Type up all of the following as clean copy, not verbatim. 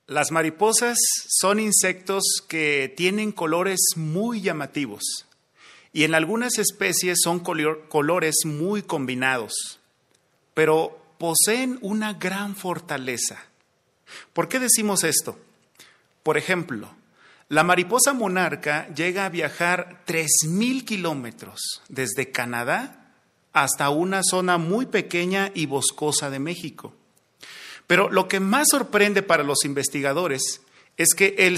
Las mariposas son insectos que tienen colores muy llamativos y en algunas especies son colores muy combinados, pero poseen una gran fortaleza. ¿Por qué decimos esto? Por ejemplo, la mariposa monarca llega a viajar 3,000 kilómetros desde Canadá hasta una zona muy pequeña y boscosa de México. Pero lo que más sorprende para los investigadores es que el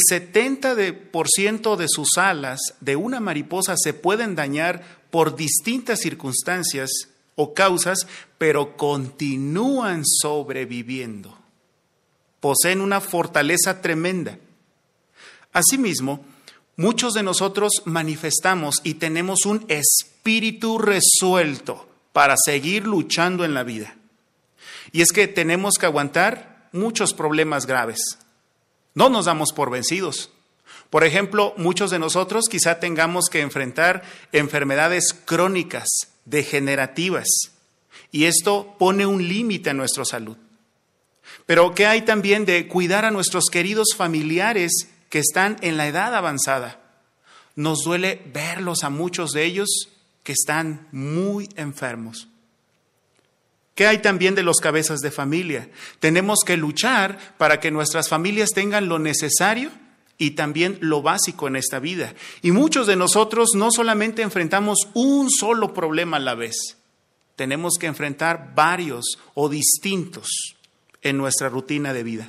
70% de sus alas de una mariposa se pueden dañar por distintas circunstancias o causas, pero continúan sobreviviendo. Poseen una fortaleza tremenda. Asimismo, muchos de nosotros manifestamos y tenemos un espíritu resuelto para seguir luchando en la vida. Y es que tenemos que aguantar muchos problemas graves. No nos damos por vencidos. Por ejemplo, muchos de nosotros quizá tengamos que enfrentar enfermedades crónicas, degenerativas, y esto pone un límite a nuestra salud. Pero ¿qué hay también de cuidar a nuestros queridos familiares que están en la edad avanzada? Nos duele verlos a muchos de ellos que están muy enfermos. ¿Qué hay también de los cabezas de familia? Tenemos que luchar para que nuestras familias tengan lo necesario y también lo básico en esta vida. Y muchos de nosotros no solamente enfrentamos un solo problema a la vez, tenemos que enfrentar varios o distintos en nuestra rutina de vida.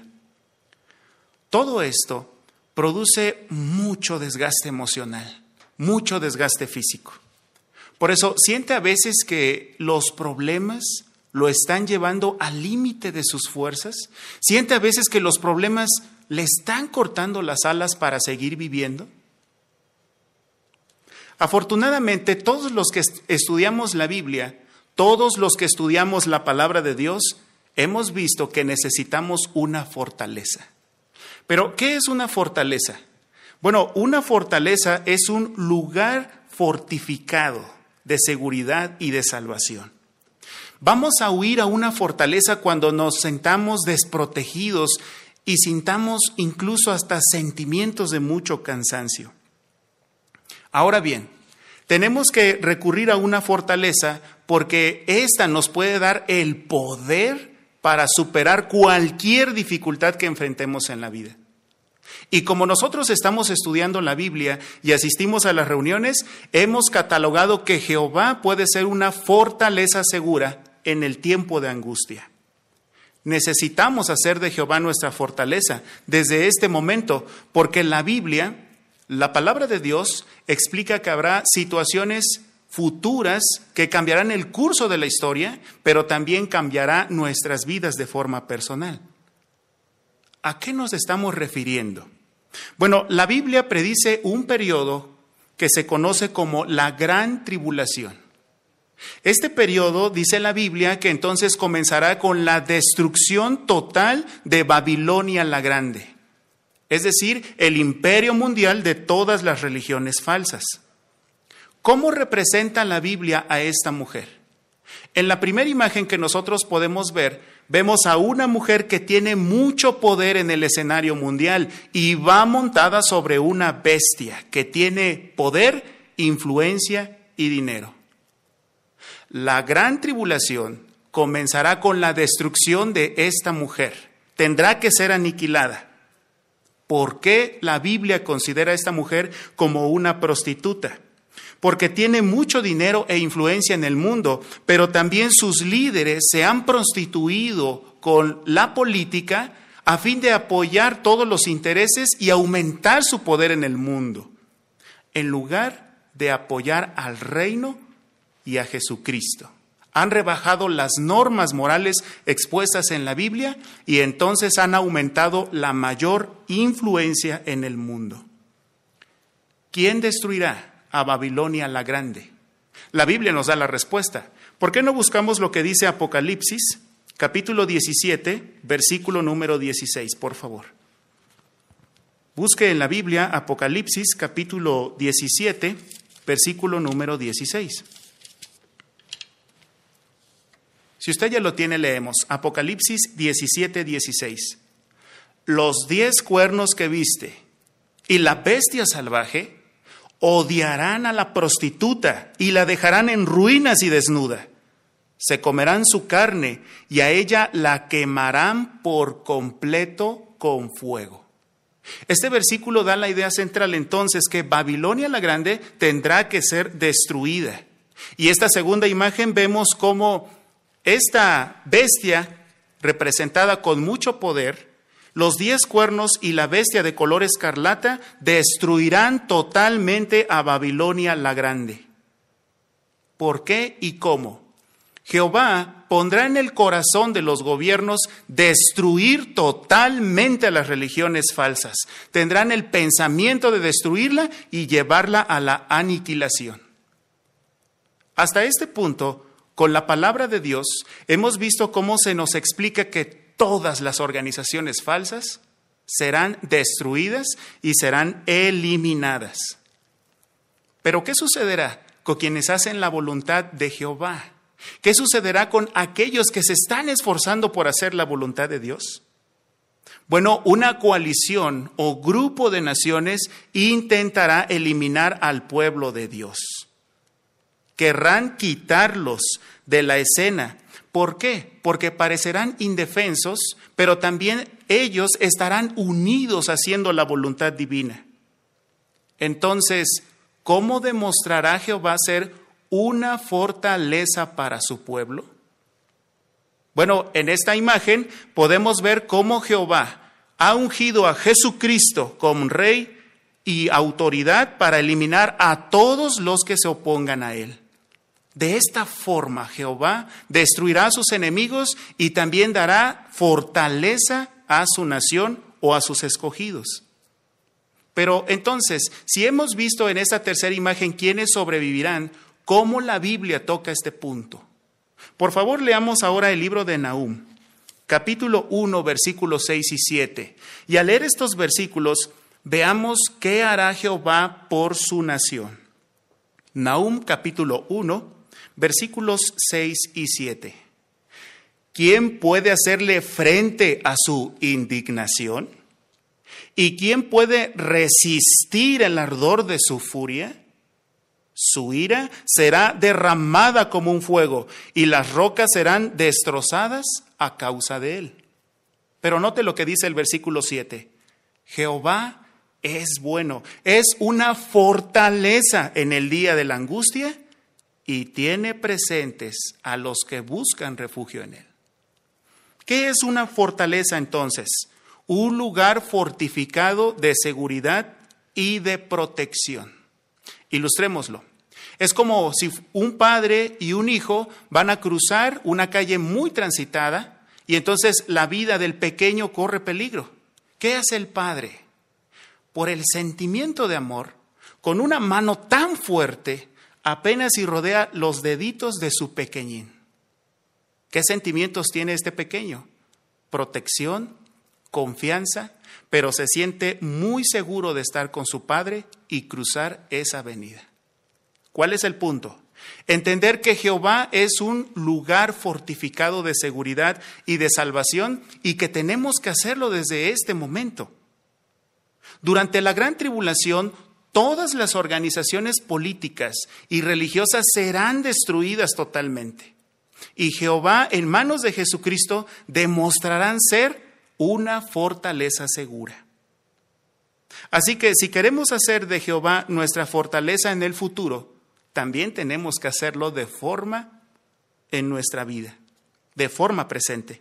Todo esto produce mucho desgaste emocional, mucho desgaste físico. Por eso siente a veces que los problemas lo están llevando al límite de sus fuerzas. Siente a veces que los problemas le están cortando las alas para seguir viviendo. Afortunadamente, todos los que estudiamos la Biblia, todos los que estudiamos la palabra de Dios, hemos visto que necesitamos una fortaleza. Pero, ¿qué es una fortaleza? Bueno, una fortaleza es un lugar fortificado de seguridad y de salvación. Vamos a huir a una fortaleza cuando nos sentamos desprotegidos y sintamos incluso hasta sentimientos de mucho cansancio. Ahora bien, tenemos que recurrir a una fortaleza porque ésta nos puede dar el poder para superar cualquier dificultad que enfrentemos en la vida. Y como nosotros estamos estudiando la Biblia y asistimos a las reuniones, hemos catalogado que Jehová puede ser una fortaleza segura en el tiempo de angustia. Necesitamos hacer de Jehová nuestra fortaleza desde este momento, porque la Biblia, la palabra de Dios, explica que habrá situaciones futuras que cambiarán el curso de la historia, pero también cambiará nuestras vidas de forma personal. ¿A qué nos estamos refiriendo? Bueno, la Biblia predice un periodo que se conoce como la Gran Tribulación. Este periodo, dice la Biblia, que entonces comenzará con la destrucción total de Babilonia la Grande, es decir, el imperio mundial de todas las religiones falsas. ¿Cómo representa la Biblia a esta mujer? En la primera imagen que nosotros podemos ver, vemos a una mujer que tiene mucho poder en el escenario mundial y va montada sobre una bestia que tiene poder, influencia y dinero. La gran tribulación comenzará con la destrucción de esta mujer. Tendrá que ser aniquilada. ¿Por qué la Biblia considera a esta mujer como una prostituta? Porque tiene mucho dinero e influencia en el mundo, pero también sus líderes se han prostituido con la política a fin de apoyar todos los intereses y aumentar su poder en el mundo, en lugar de apoyar al reino y a Jesucristo. Han rebajado las normas morales expuestas en la Biblia y entonces han aumentado la mayor influencia en el mundo. ¿Quién destruirá a Babilonia la Grande? La Biblia nos da la respuesta. ¿Por qué no buscamos lo que dice Apocalipsis, capítulo 17, versículo número 16, por favor? Busque en la Biblia Apocalipsis, capítulo 17, versículo número 16. Si usted ya lo tiene, leemos Apocalipsis 17, 16. los 10 cuernos que viste y la bestia salvaje odiarán a la prostituta y la dejarán en ruinas y desnuda. Se comerán su carne y a ella la quemarán por completo con fuego. Este versículo da la idea central entonces que Babilonia la Grande tendrá que ser destruida. Y esta segunda imagen vemos cómo esta bestia, representada con mucho poder, los 10 cuernos y la bestia de color escarlata destruirán totalmente a Babilonia la Grande. ¿Por qué y cómo? Jehová pondrá en el corazón de los gobiernos destruir totalmente a las religiones falsas. Tendrán el pensamiento de destruirla y llevarla a la aniquilación. Hasta este punto, con la palabra de Dios, hemos visto cómo se nos explica que todas las organizaciones falsas serán destruidas y serán eliminadas. Pero ¿qué sucederá con quienes hacen la voluntad de Jehová? ¿Qué sucederá con aquellos que se están esforzando por hacer la voluntad de Dios? Bueno, una coalición o grupo de naciones intentará eliminar al pueblo de Dios. Querrán quitarlos de la escena. ¿Por qué? Porque parecerán indefensos, pero también ellos estarán unidos haciendo la voluntad divina. Entonces, ¿cómo demostrará Jehová ser una fortaleza para su pueblo? Bueno, en esta imagen podemos ver cómo Jehová ha ungido a Jesucristo como rey y autoridad para eliminar a todos los que se opongan a él. De esta forma, Jehová destruirá a sus enemigos y también dará fortaleza a su nación o a sus escogidos. Pero entonces, si hemos visto en esta tercera imagen quiénes sobrevivirán, ¿cómo la Biblia toca este punto? Por favor, leamos ahora el libro de Nahum, capítulo 1, versículos 6 y 7. Y al leer estos versículos, veamos qué hará Jehová por su nación. Nahum, capítulo 1, versículos 6 y 7. ¿Quién puede hacerle frente a su indignación? ¿Y quién puede resistir el ardor de su furia? Su ira será derramada como un fuego y las rocas serán destrozadas a causa de él. Pero note lo que dice el versículo 7. Jehová es bueno, es una fortaleza en el día de la angustia y tiene presentes a los que buscan refugio en él. ¿Qué es una fortaleza entonces? Un lugar fortificado de seguridad y de protección. Ilustrémoslo. Es como si un padre y un hijo van a cruzar una calle muy transitada y entonces la vida del pequeño corre peligro. ¿Qué hace el padre? Por el sentimiento de amor, con una mano tan fuerte, apenas si rodea los deditos de su pequeñín. ¿Qué sentimientos tiene este pequeño? Protección, confianza, pero se siente muy seguro de estar con su padre y cruzar esa avenida. ¿Cuál es el punto? Entender que Jehová es un lugar fortificado de seguridad y de salvación y que tenemos que hacerlo desde este momento. Durante la gran tribulación, todas las organizaciones políticas y religiosas serán destruidas totalmente. Y Jehová, en manos de Jesucristo, demostrarán ser una fortaleza segura. Así que si queremos hacer de Jehová nuestra fortaleza en el futuro, también tenemos que hacerlo de forma en nuestra vida, de forma presente.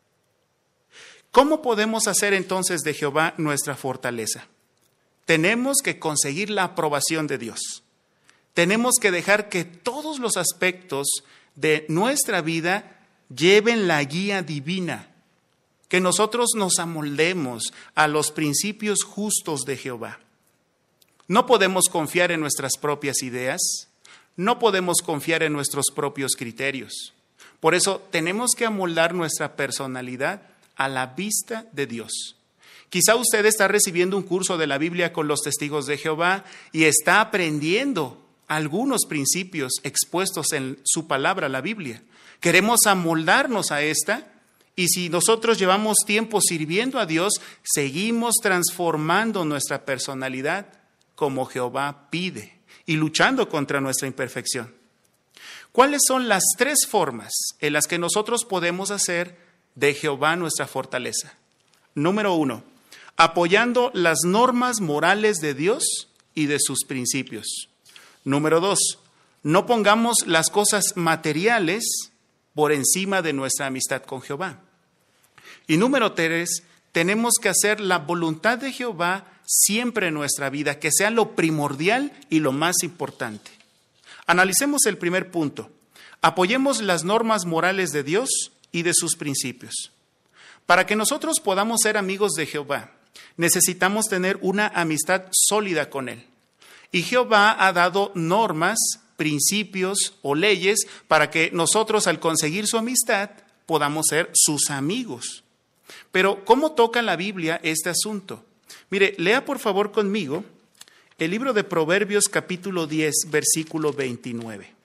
¿Cómo podemos hacer entonces de Jehová nuestra fortaleza? Tenemos que conseguir la aprobación de Dios. Tenemos que dejar que todos los aspectos de nuestra vida lleven la guía divina, que nosotros nos amoldemos a los principios justos de Jehová. No podemos confiar en nuestras propias ideas, no podemos confiar en nuestros propios criterios. Por eso tenemos que amoldar nuestra personalidad a la vista de Dios. Quizá usted está recibiendo un curso de la Biblia con los testigos de Jehová y está aprendiendo algunos principios expuestos en su palabra, la Biblia. Queremos amoldarnos a esta Y si nosotros llevamos tiempo sirviendo a Dios, seguimos transformando nuestra personalidad como Jehová pide y luchando contra nuestra imperfección. ¿Cuáles son las 3 formas en las que nosotros podemos hacer de Jehová nuestra fortaleza? Número 1, apoyando las normas morales de Dios y de sus principios. Número 2, no pongamos las cosas materiales por encima de nuestra amistad con Jehová. Y número 3, tenemos que hacer la voluntad de Jehová siempre en nuestra vida, que sea lo primordial y lo más importante. Analicemos el primer punto. Apoyemos las normas morales de Dios y de sus principios. Para que nosotros podamos ser amigos de Jehová, necesitamos tener una amistad sólida con Él. Y Jehová ha dado normas, principios o leyes para que nosotros, al conseguir su amistad, podamos ser sus amigos. Pero, ¿cómo toca la Biblia este asunto? Mire, lea por favor conmigo el libro de Proverbios capítulo 10, versículo 29.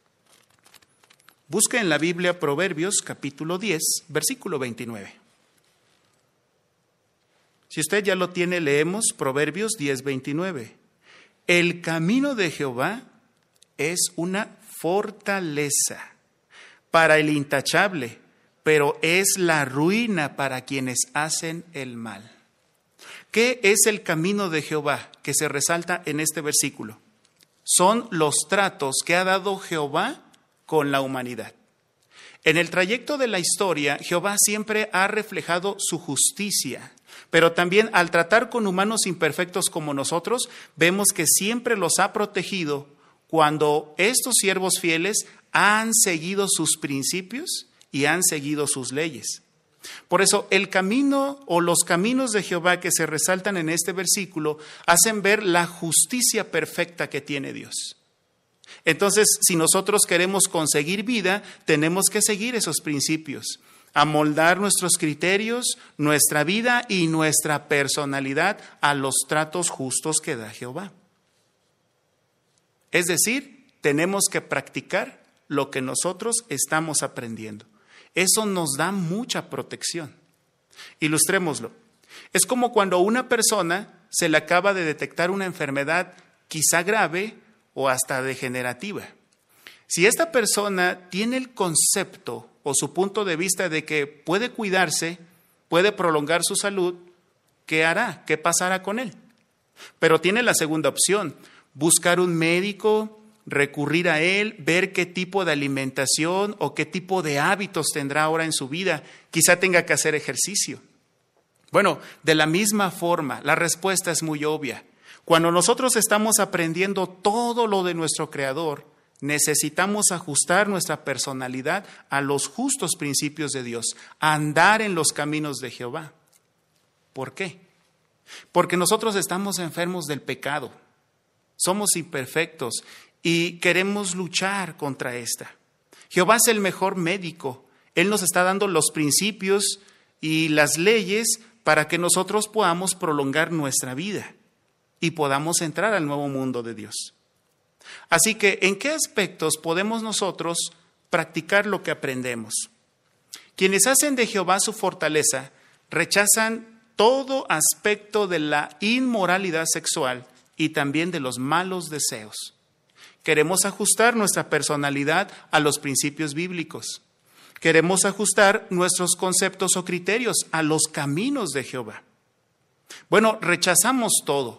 Busca en la Biblia Proverbios capítulo 10, versículo 29. Si usted ya lo tiene, leemos Proverbios 10, 29. El camino de Jehová es una fortaleza para el intachable, pero es la ruina para quienes hacen el mal. ¿Qué es el camino de Jehová que se resalta en este versículo? Son los tratos que ha dado Jehová con la humanidad. En el trayecto de la historia, Jehová siempre ha reflejado su justicia, pero también al tratar con humanos imperfectos como nosotros, vemos que siempre los ha protegido cuando estos siervos fieles han seguido sus principios y han seguido sus leyes. Por eso el camino o los caminos de Jehová que se resaltan en este versículo hacen ver la justicia perfecta que tiene Dios. Entonces, si nosotros queremos conseguir vida, tenemos que seguir esos principios, amoldar nuestros criterios, nuestra vida y nuestra personalidad a los tratos justos que da Jehová. Es decir, tenemos que practicar lo que nosotros estamos aprendiendo. Eso nos da mucha protección. Ilustrémoslo. Es como cuando a una persona se le acaba de detectar una enfermedad quizá grave o hasta degenerativa. Si esta persona tiene el concepto o su punto de vista de que puede cuidarse, puede prolongar su salud, ¿qué hará? ¿Qué pasará con él? Pero tiene la segunda opción, buscar un médico, recurrir a él, ver qué tipo de alimentación o qué tipo de hábitos tendrá ahora en su vida. Quizá tenga que hacer ejercicio. Bueno, de la misma forma, la respuesta es muy obvia. Cuando nosotros estamos aprendiendo todo lo de nuestro Creador, necesitamos ajustar nuestra personalidad a los justos principios de Dios, a andar en los caminos de Jehová. ¿Por qué? Porque nosotros estamos enfermos del pecado, somos imperfectos y queremos luchar contra esta. Jehová es el mejor médico. Él nos está dando los principios y las leyes para que nosotros podamos prolongar nuestra vida y podamos entrar al nuevo mundo de Dios. Así que, ¿en qué aspectos podemos nosotros practicar lo que aprendemos? Quienes hacen de Jehová su fortaleza rechazan todo aspecto de la inmoralidad sexual y también de los malos deseos. Queremos ajustar nuestra personalidad a los principios bíblicos. Queremos ajustar nuestros conceptos o criterios a los caminos de Jehová. Bueno, rechazamos todo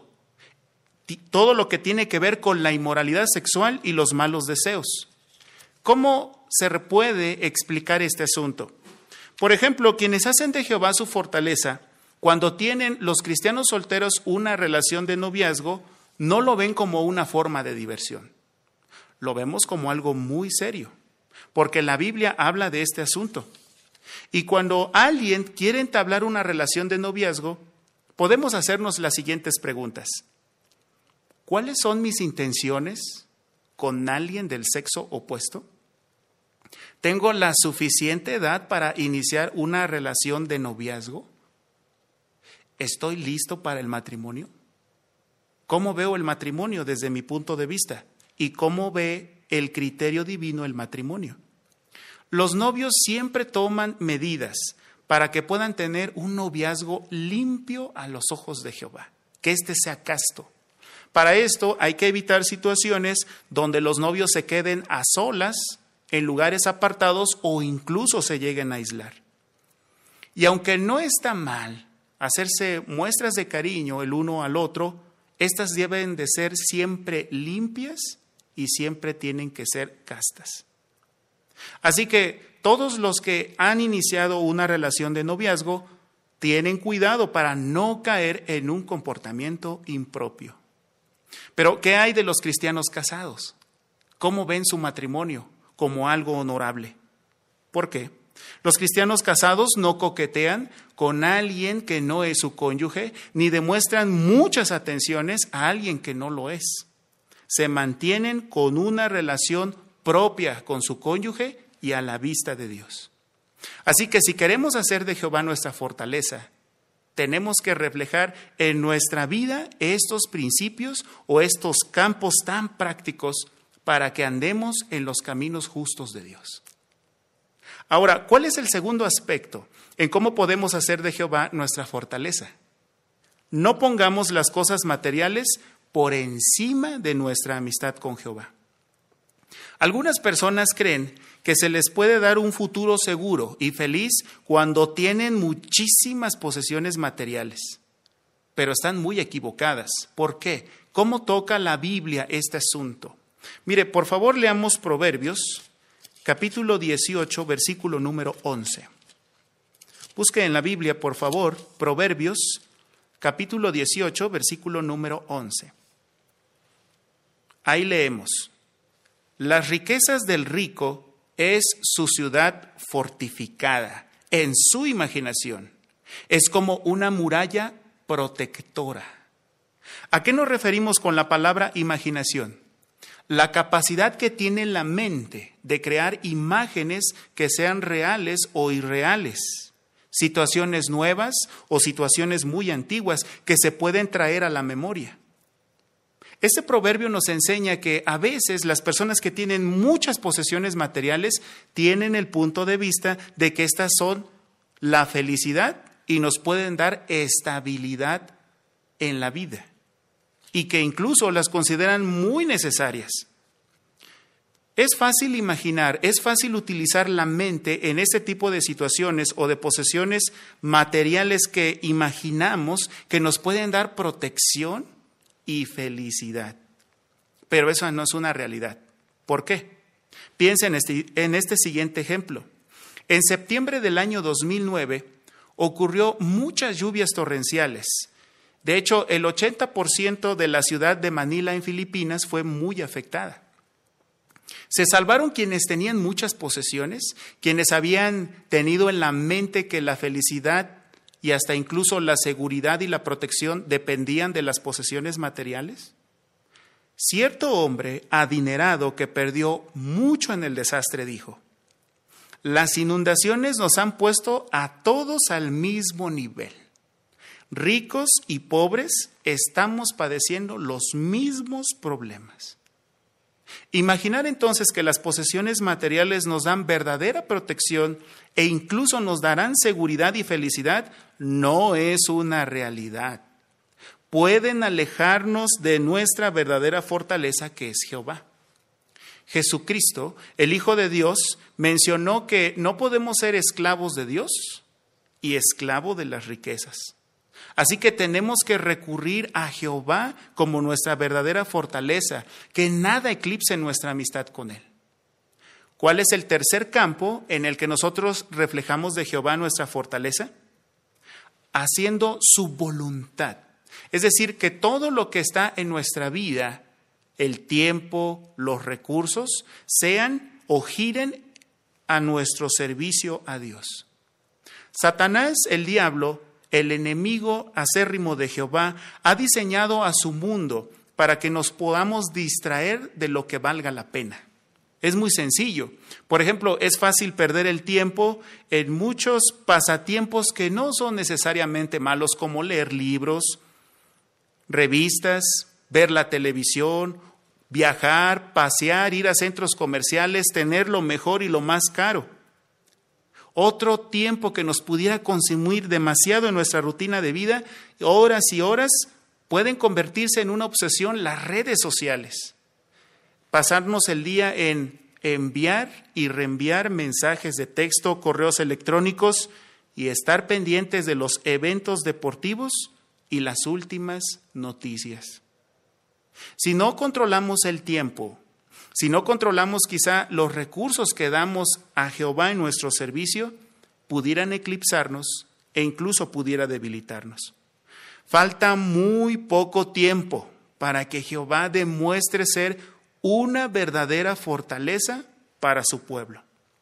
lo que tiene que ver con la inmoralidad sexual y los malos deseos. ¿Cómo se puede explicar este asunto? Por ejemplo, quienes hacen de Jehová su fortaleza, cuando tienen los cristianos solteros una relación de noviazgo, no lo ven como una forma de diversión. Lo vemos como algo muy serio, porque la Biblia habla de este asunto. Y cuando alguien quiere entablar una relación de noviazgo, podemos hacernos las siguientes preguntas. ¿Cuáles son mis intenciones con alguien del sexo opuesto? ¿Tengo la suficiente edad para iniciar una relación de noviazgo? ¿Estoy listo para el matrimonio? ¿Cómo veo el matrimonio desde mi punto de vista? ¿Y cómo ve el criterio divino el matrimonio? Los novios siempre toman medidas para que puedan tener un noviazgo limpio a los ojos de Jehová, que éste sea casto. Para esto hay que evitar situaciones donde los novios se queden a solas en lugares apartados o incluso se lleguen a aislar. Y aunque no está mal hacerse muestras de cariño el uno al otro, estas deben de ser siempre limpias y siempre tienen que ser castas. Así que todos los que han iniciado una relación de noviazgo tienen cuidado para no caer en un comportamiento impropio. Pero, ¿qué hay de los cristianos casados? ¿Cómo ven su matrimonio? Como algo honorable. ¿Por qué? Los cristianos casados no coquetean con alguien que no es su cónyuge, ni demuestran muchas atenciones a alguien que no lo es. Se mantienen con una relación propia con su cónyuge y a la vista de Dios. Así que si queremos hacer de Jehová nuestra fortaleza, tenemos que reflejar en nuestra vida estos principios o estos campos tan prácticos para que andemos en los caminos justos de Dios. Ahora, ¿cuál es el segundo aspecto en cómo podemos hacer de Jehová nuestra fortaleza? No pongamos las cosas materiales por encima de nuestra amistad con Jehová. Algunas personas creen que se les puede dar un futuro seguro y feliz cuando tienen muchísimas posesiones materiales, pero están muy equivocadas. ¿Por qué? ¿Cómo toca la Biblia este asunto? Mire, por favor, leamos Proverbios, capítulo 18, versículo número 11. Busque en la Biblia, por favor, Proverbios, capítulo 18, versículo número 11. Ahí leemos: las riquezas del rico es su ciudad fortificada en su imaginación. Es como una muralla protectora. ¿A qué nos referimos con la palabra imaginación? La capacidad que tiene la mente de crear imágenes que sean reales o irreales, situaciones nuevas o situaciones muy antiguas que se pueden traer a la memoria. Este proverbio nos enseña que a veces las personas que tienen muchas posesiones materiales tienen el punto de vista de que estas son la felicidad y nos pueden dar estabilidad en la vida, y que incluso las consideran muy necesarias. Es fácil imaginar, es fácil utilizar la mente en este tipo de situaciones o de posesiones materiales que imaginamos que nos pueden dar protección y felicidad. Pero eso no es una realidad. ¿Por qué? Piensa en este siguiente ejemplo. En septiembre del año 2009 ocurrió muchas lluvias torrenciales. De hecho, el 80% de la ciudad de Manila en Filipinas fue muy afectada. Se salvaron quienes tenían muchas posesiones, quienes habían tenido en la mente que la felicidad y hasta incluso la seguridad y la protección dependían de las posesiones materiales. Cierto hombre adinerado que perdió mucho en el desastre dijo: las inundaciones nos han puesto a todos al mismo nivel. Ricos y pobres estamos padeciendo los mismos problemas. Imaginar entonces que las posesiones materiales nos dan verdadera protección e incluso nos darán seguridad y felicidad no es una realidad. Pueden alejarnos de nuestra verdadera fortaleza, que es Jehová. Jesucristo, el Hijo de Dios, mencionó que no podemos ser esclavos de Dios y esclavo de las riquezas. Así que tenemos que recurrir a Jehová como nuestra verdadera fortaleza, que nada eclipse nuestra amistad con Él. ¿Cuál es el tercer campo en el que nosotros reflejamos de Jehová nuestra fortaleza? Haciendo su voluntad. Es decir, que todo lo que está en nuestra vida, el tiempo, los recursos, sean o giren a nuestro servicio a Dios. Satanás, el diablo, el enemigo acérrimo de Jehová, ha diseñado a su mundo para que nos podamos distraer de lo que valga la pena. Es muy sencillo. Por ejemplo, es fácil perder el tiempo en muchos pasatiempos que no son necesariamente malos, como leer libros, revistas, ver la televisión, viajar, pasear, ir a centros comerciales, tener lo mejor y lo más caro. otro tiempo que nos pudiera consumir demasiado en nuestra rutina de vida, horas y horas, pueden convertirse en una obsesión las redes sociales. Pasarnos el día en enviar y reenviar mensajes de texto, correos electrónicos y estar pendientes de los eventos deportivos y las últimas noticias. Si no controlamos el tiempo, si no controlamos quizá los recursos que damos a Jehová en nuestro servicio, pudieran eclipsarnos e incluso pudiera debilitarnos. Falta muy poco tiempo para que Jehová demuestre ser una verdadera fortaleza para su pueblo.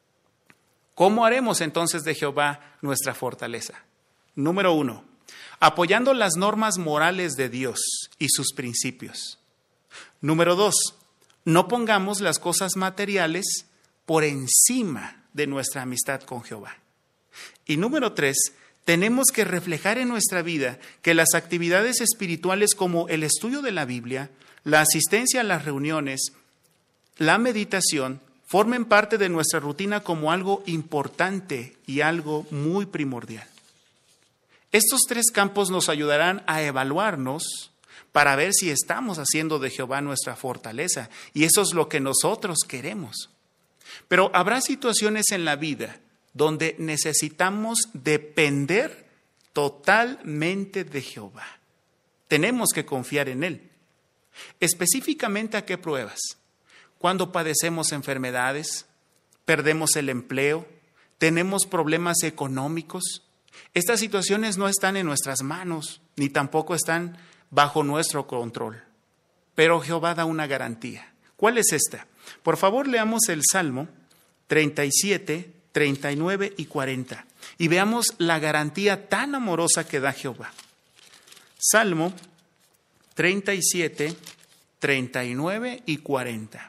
¿Cómo haremos entonces de Jehová nuestra fortaleza? Número 1, apoyando las normas morales de Dios y sus principios. Número 2, no pongamos las cosas materiales por encima de nuestra amistad con Jehová. Y número 3, tenemos que reflejar en nuestra vida que las actividades espirituales como el estudio de la Biblia, la asistencia a las reuniones, la meditación, formen parte de nuestra rutina como algo importante y algo muy primordial. Estos 3 campos nos ayudarán a evaluarnos para ver si estamos haciendo de Jehová nuestra fortaleza, y eso es lo que nosotros queremos. Pero habrá situaciones en la vida donde necesitamos depender totalmente de Jehová. Tenemos que confiar en Él. Específicamente, ¿a qué pruebas? Cuando padecemos enfermedades, perdemos el empleo, tenemos problemas económicos. Estas situaciones no están en nuestras manos, ni tampoco están bajo nuestro control. Pero Jehová da una garantía. ¿Cuál es esta? Por favor, leamos el Salmo 37, 39 y 40 y veamos la garantía tan amorosa que da Jehová. Salmo 37, 39 y 40.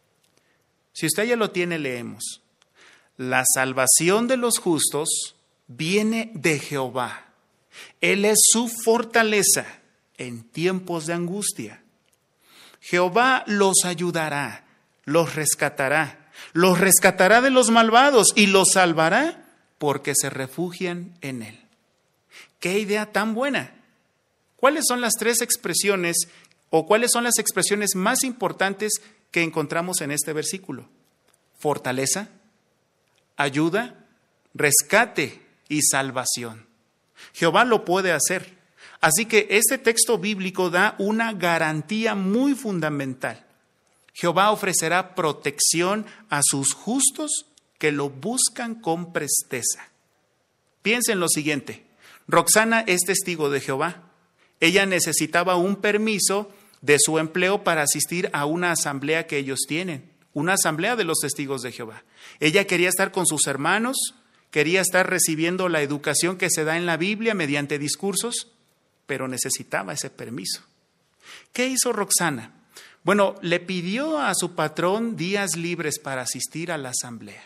Si usted ya lo tiene, leemos. La salvación de los justos viene de Jehová. Él es su fortaleza en tiempos de angustia. Jehová los ayudará, los rescatará de los malvados y los salvará porque se refugian en Él. ¡Qué idea tan buena! ¿Cuáles son las 3 expresiones o cuáles son las expresiones más importantes que encontramos en este versículo? Fortaleza, ayuda, rescate y salvación. Jehová lo puede hacer. Así que este texto bíblico da una garantía muy fundamental. Jehová ofrecerá protección a sus justos que lo buscan con presteza. Piensen lo siguiente. Roxana es testigo de Jehová. Ella necesitaba un permiso de su empleo para asistir a una asamblea que ellos tienen, una asamblea de los testigos de Jehová. Ella quería estar con sus hermanos, quería estar recibiendo la educación que se da en la Biblia mediante discursos, pero necesitaba ese permiso. ¿Qué hizo Roxana? Bueno, le pidió a su patrón días libres para asistir a la asamblea.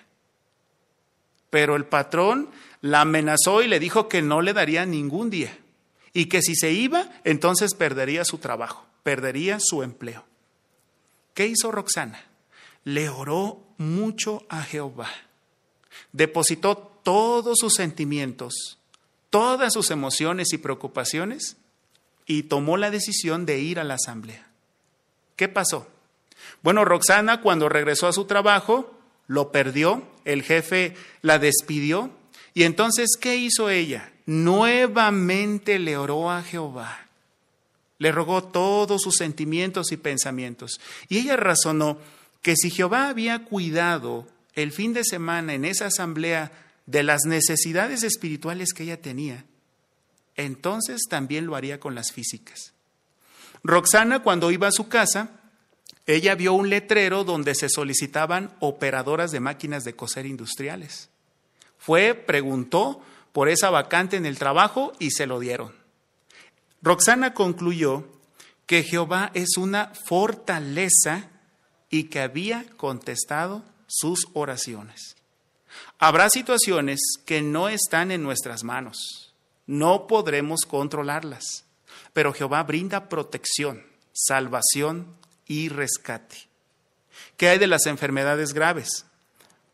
Pero el patrón la amenazó y le dijo que no le daría ningún día y que si se iba, entonces perdería su trabajo, perdería su empleo. ¿Qué hizo Roxana? Le oró mucho a Jehová. Depositó todos sus sentimientos, todas sus emociones y preocupaciones y tomó la decisión de ir a la asamblea. ¿Qué pasó? Bueno, Roxana cuando regresó a su trabajo lo perdió, el jefe la despidió y entonces ¿qué hizo ella? Nuevamente le oró a Jehová. Le rogó todos sus sentimientos y pensamientos y ella razonó que si Jehová había cuidado el fin de semana en esa asamblea de las necesidades espirituales que ella tenía, entonces también lo haría con las físicas. Roxana, cuando iba a su casa, ella vio un letrero donde se solicitaban operadoras de máquinas de coser industriales. Fue, preguntó por esa vacante en el trabajo y se lo dieron. Roxana concluyó que Jehová es una fortaleza y que había contestado sus oraciones. Habrá situaciones que no están en nuestras manos. No podremos controlarlas. Pero Jehová brinda protección, salvación y rescate. ¿Qué hay de las enfermedades graves?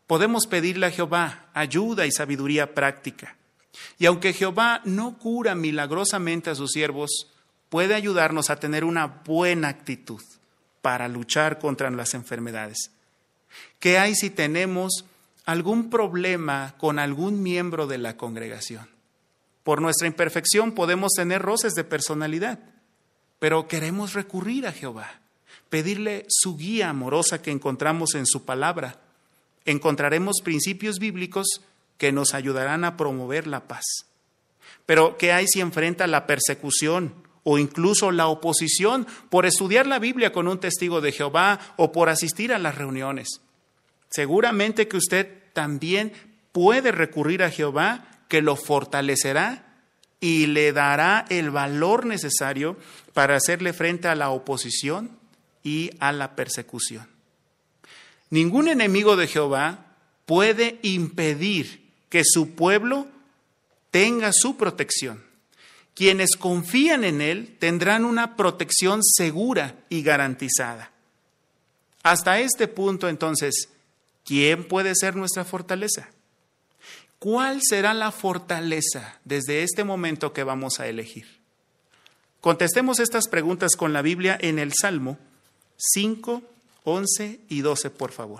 podemos pedirle a Jehová ayuda y sabiduría práctica. Y aunque Jehová no cura milagrosamente a sus siervos, puede ayudarnos a tener una buena actitud para luchar contra las enfermedades. ¿Qué hay si tenemos algún problema con algún miembro de la congregación? Por nuestra imperfección podemos tener roces de personalidad, pero queremos recurrir a Jehová, pedirle su guía amorosa que encontramos en su palabra. Encontraremos principios bíblicos que nos ayudarán a promover la paz. Pero ¿qué hay si enfrenta la persecución o incluso la oposición por estudiar la Biblia con un testigo de Jehová o por asistir a las reuniones? Seguramente que usted también puede recurrir a Jehová, que lo fortalecerá y le dará el valor necesario para hacerle frente a la oposición y a la persecución. Ningún enemigo de Jehová puede impedir que su pueblo tenga su protección. Quienes confían en Él tendrán una protección segura y garantizada. Hasta este punto, entonces, ¿quién puede ser nuestra fortaleza? ¿Cuál será la fortaleza desde este momento que vamos a elegir? Contestemos estas preguntas con la Biblia en el Salmo 5, 11 y 12, por favor.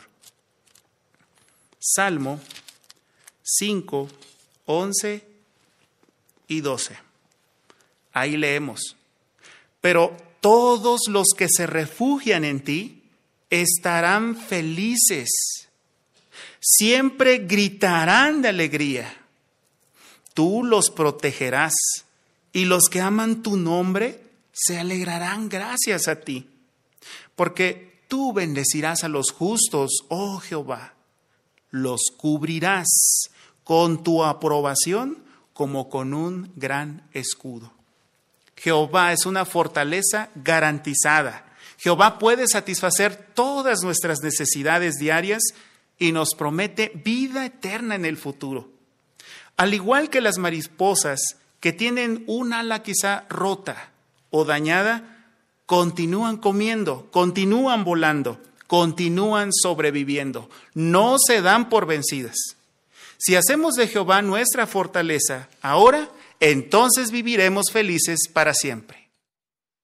Salmo 5, 11 y 12. Ahí leemos: pero todos los que se refugian en ti estarán felices. Siempre gritarán de alegría. Tú los protegerás y los que aman tu nombre se alegrarán gracias a ti. Porque tú bendecirás a los justos, oh Jehová. Los cubrirás con tu aprobación como con un gran escudo. Jehová es una fortaleza garantizada. Jehová puede satisfacer todas nuestras necesidades diarias y nos promete vida eterna en el futuro. Al igual que las mariposas que tienen un ala quizá rota o dañada, continúan comiendo, continúan volando, continúan sobreviviendo, no se dan por vencidas. Si hacemos de Jehová nuestra fortaleza ahora, entonces viviremos felices para siempre.